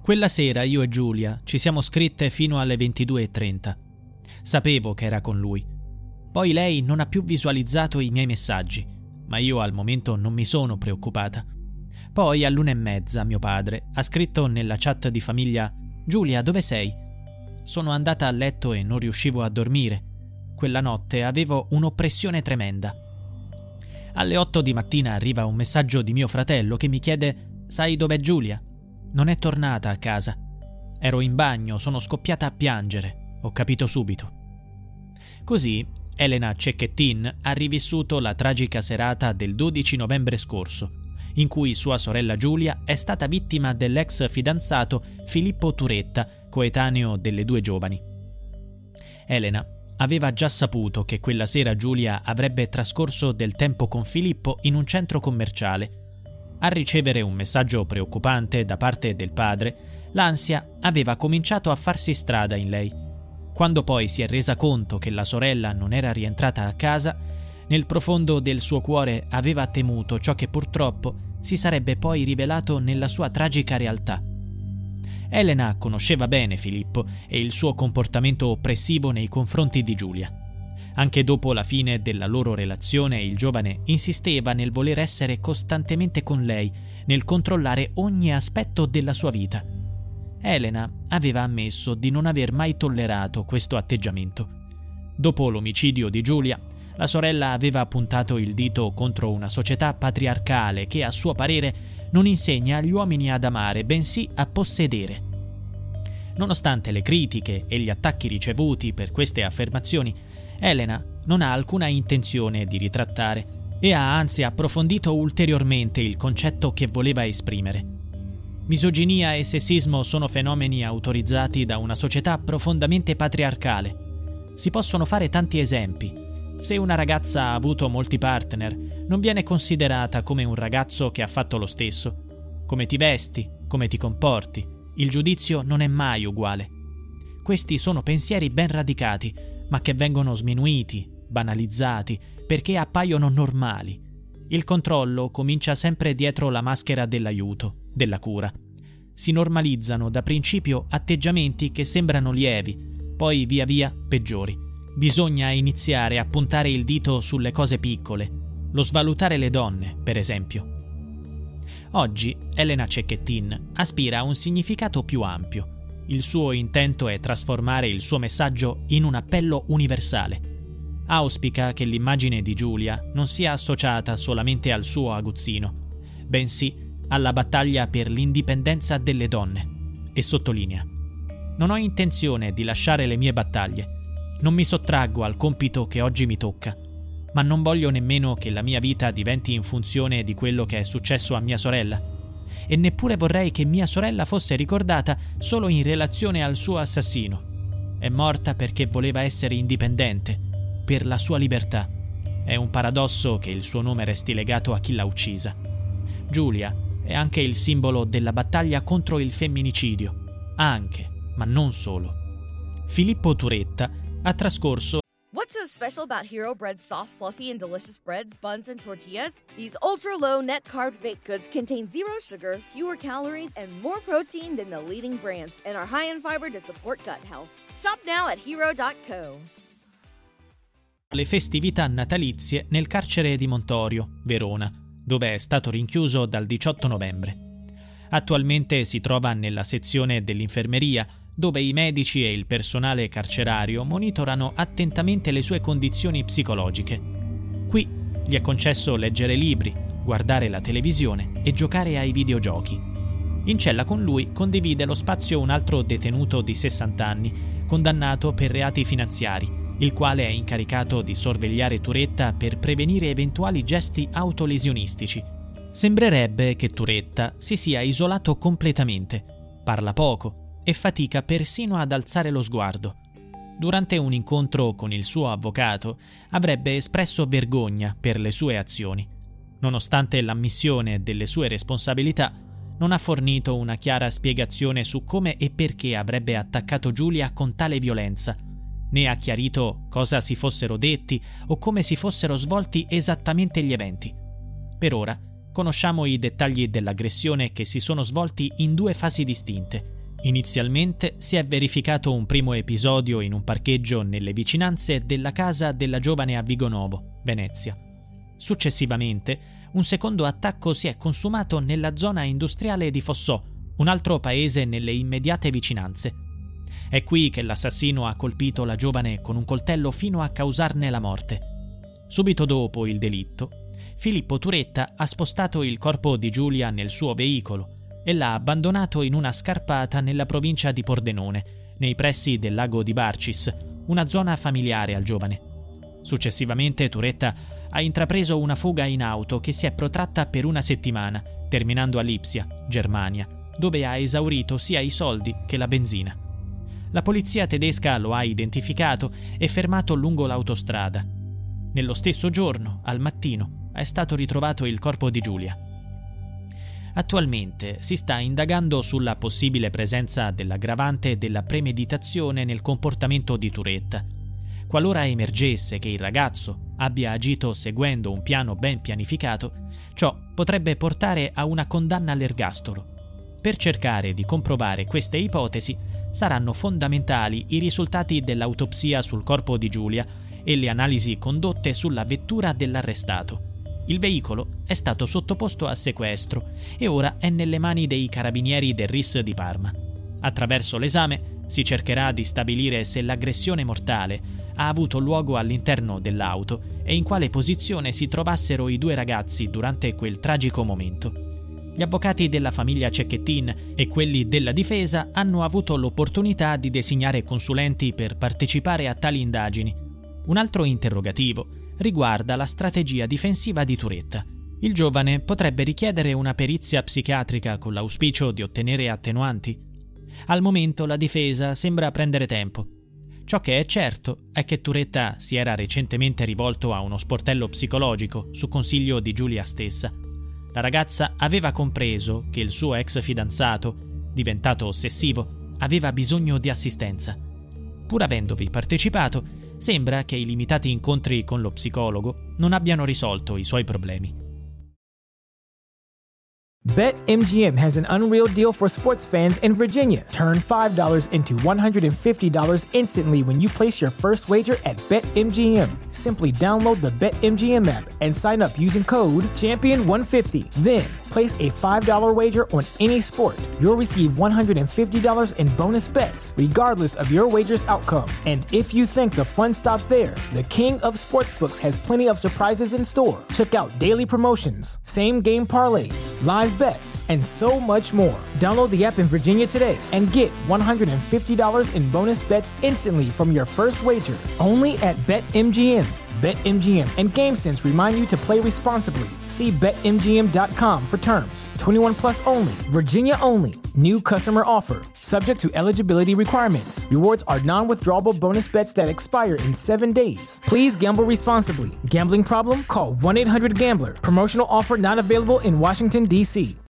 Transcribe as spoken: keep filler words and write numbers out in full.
Quella sera io e Giulia ci siamo scritte fino alle ventidue e trenta. Sapevo che era con lui. Poi lei non ha più visualizzato i miei messaggi, ma io al momento non mi sono preoccupata. Poi all'una e mezza mio padre ha scritto nella chat di famiglia: «Giulia, dove sei?» Sono andata a letto e non riuscivo a dormire. Quella notte avevo un'oppressione tremenda. Alle otto di mattina arriva un messaggio di mio fratello che mi chiede: «Sai dov'è Giulia?» Non è tornata a casa. Ero in bagno, sono scoppiata a piangere. Ho capito subito. Così Elena Cecchettin ha rivissuto la tragica serata del dodici novembre scorso, in cui sua sorella Giulia è stata vittima dell'ex fidanzato Filippo Turetta, coetaneo delle due giovani. Elena aveva già saputo che quella sera Giulia avrebbe trascorso del tempo con Filippo in un centro commerciale. A ricevere un messaggio preoccupante da parte del padre, l'ansia aveva cominciato a farsi strada in lei. Quando poi si è resa conto che la sorella non era rientrata a casa, nel profondo del suo cuore aveva temuto ciò che purtroppo si sarebbe poi rivelato nella sua tragica realtà. Elena conosceva bene Filippo e il suo comportamento oppressivo nei confronti di Giulia. Anche dopo la fine della loro relazione, il giovane insisteva nel voler essere costantemente con lei, nel controllare ogni aspetto della sua vita. Elena aveva ammesso di non aver mai tollerato questo atteggiamento. Dopo l'omicidio di Giulia, la sorella aveva puntato il dito contro una società patriarcale che, a suo parere, non insegna agli uomini ad amare, bensì a possedere. Nonostante le critiche e gli attacchi ricevuti per queste affermazioni, Elena non ha alcuna intenzione di ritrattare e ha anzi approfondito ulteriormente il concetto che voleva esprimere. Misoginia e sessismo sono fenomeni autorizzati da una società profondamente patriarcale. Si possono fare tanti esempi. Se una ragazza ha avuto molti partner, non viene considerata come un ragazzo che ha fatto lo stesso. Come ti vesti, come ti comporti, il giudizio non è mai uguale. Questi sono pensieri ben radicati, ma che vengono sminuiti, banalizzati, perché appaiono normali. Il controllo comincia sempre dietro la maschera dell'aiuto, della cura. Si normalizzano da principio atteggiamenti che sembrano lievi, poi via via peggiori. Bisogna iniziare a puntare il dito sulle cose piccole, lo svalutare le donne, per esempio. Oggi Elena Cecchettin aspira a un significato più ampio. Il suo intento è trasformare il suo messaggio in un appello universale. Auspica che l'immagine di Giulia non sia associata solamente al suo aguzzino, bensì alla battaglia per l'indipendenza delle donne. E sottolinea: «Non ho intenzione di lasciare le mie battaglie. Non mi sottraggo al compito che oggi mi tocca, ma non voglio nemmeno che la mia vita diventi in funzione di quello che è successo a mia sorella. E neppure vorrei che mia sorella fosse ricordata solo in relazione al suo assassino. È morta perché voleva essere indipendente, per la sua libertà. È un paradosso che il suo nome resti legato a chi l'ha uccisa. Giulia è anche il simbolo della battaglia contro il femminicidio. Anche, ma non solo. Filippo Turetta ha trascorso. What's so special about Hero Bread's soft, fluffy, and delicious breads, buns, and tortillas? These ultra-low net-carb baked goods contain zero sugar, fewer calories, and more protein than the leading brands, and are high in fiber to support gut health. Shop now at hero dot co. Le festività natalizie nel carcere di Montorio, Verona, dove è stato rinchiuso dal diciotto novembre. Attualmente si trova nella sezione dell'infermeria, dove i medici e il personale carcerario monitorano attentamente le sue condizioni psicologiche. Qui gli è concesso leggere libri, guardare la televisione e giocare ai videogiochi. In cella con lui condivide lo spazio un altro detenuto di sessanta anni, condannato per reati finanziari, il quale è incaricato di sorvegliare Turetta per prevenire eventuali gesti autolesionistici. Sembrerebbe che Turetta si sia isolato completamente, parla poco e fatica persino ad alzare lo sguardo. Durante un incontro con il suo avvocato avrebbe espresso vergogna per le sue azioni. Nonostante l'ammissione delle sue responsabilità, non ha fornito una chiara spiegazione su come e perché avrebbe attaccato Giulia con tale violenza, né ha chiarito cosa si fossero detti o come si fossero svolti esattamente gli eventi. Per ora conosciamo i dettagli dell'aggressione, che si sono svolti in due fasi distinte. Inizialmente si è verificato un primo episodio in un parcheggio nelle vicinanze della casa della giovane a Vigonovo, Venezia. Successivamente, un secondo attacco si è consumato nella zona industriale di Fossò, un altro paese nelle immediate vicinanze. È qui che l'assassino ha colpito la giovane con un coltello fino a causarne la morte. Subito dopo il delitto, Filippo Turetta ha spostato il corpo di Giulia nel suo veicolo e l'ha abbandonato in una scarpata nella provincia di Pordenone, nei pressi del lago di Barcis, una zona familiare al giovane. Successivamente Turetta ha intrapreso una fuga in auto che si è protratta per una settimana, terminando a Lipsia, Germania, dove ha esaurito sia i soldi che la benzina. La polizia tedesca lo ha identificato e fermato lungo l'autostrada. Nello stesso giorno, al mattino, è stato ritrovato il corpo di Giulia. Attualmente si sta indagando sulla possibile presenza dell'aggravante della premeditazione nel comportamento di Turetta. Qualora emergesse che il ragazzo abbia agito seguendo un piano ben pianificato, ciò potrebbe portare a una condanna all'ergastolo. Per cercare di comprovare queste ipotesi, saranno fondamentali i risultati dell'autopsia sul corpo di Giulia e le analisi condotte sulla vettura dell'arrestato. Il veicolo è stato sottoposto a sequestro e ora è nelle mani dei carabinieri del R I S di Parma. Attraverso l'esame si cercherà di stabilire se l'aggressione mortale ha avuto luogo all'interno dell'auto e in quale posizione si trovassero i due ragazzi durante quel tragico momento. Gli avvocati della famiglia Cecchettin e quelli della difesa hanno avuto l'opportunità di designare consulenti per partecipare a tali indagini. Un altro interrogativo riguarda la strategia difensiva di Turetta. Il giovane potrebbe richiedere una perizia psichiatrica con l'auspicio di ottenere attenuanti. Al momento la difesa sembra prendere tempo. Ciò che è certo è che Turetta si era recentemente rivolto a uno sportello psicologico su consiglio di Giulia stessa. La ragazza aveva compreso che il suo ex fidanzato, diventato ossessivo, aveva bisogno di assistenza. Pur avendovi partecipato, sembra che i limitati incontri con lo psicologo non abbiano risolto i suoi problemi. BetMGM has an unreal deal for sports fans in Virginia. Turn five dollars into one hundred fifty dollars instantly when you place your first wager at BetMGM. Simply download the BetMGM app and sign up using code champion one fifty. Then, place a five dollars wager on any sport. You'll receive one hundred fifty dollars in bonus bets, regardless of your wager's outcome. And if you think the fun stops there, the king of sportsbooks has plenty of surprises in store. Check out daily promotions, same-game parlays, live bets, and so much more. Download the app in Virginia today and get one hundred fifty dollars in bonus bets instantly from your first wager. Only at BetMGM. BetMGM and GameSense remind you to play responsibly. See Bet M G M dot com for terms. twenty-one plus only. Virginia only. New customer offer. Subject to eligibility requirements. Rewards are non-withdrawable bonus bets that expire in seven days. Please gamble responsibly. Gambling problem? Call one eight hundred gambler. Promotional offer not available in Washington, D C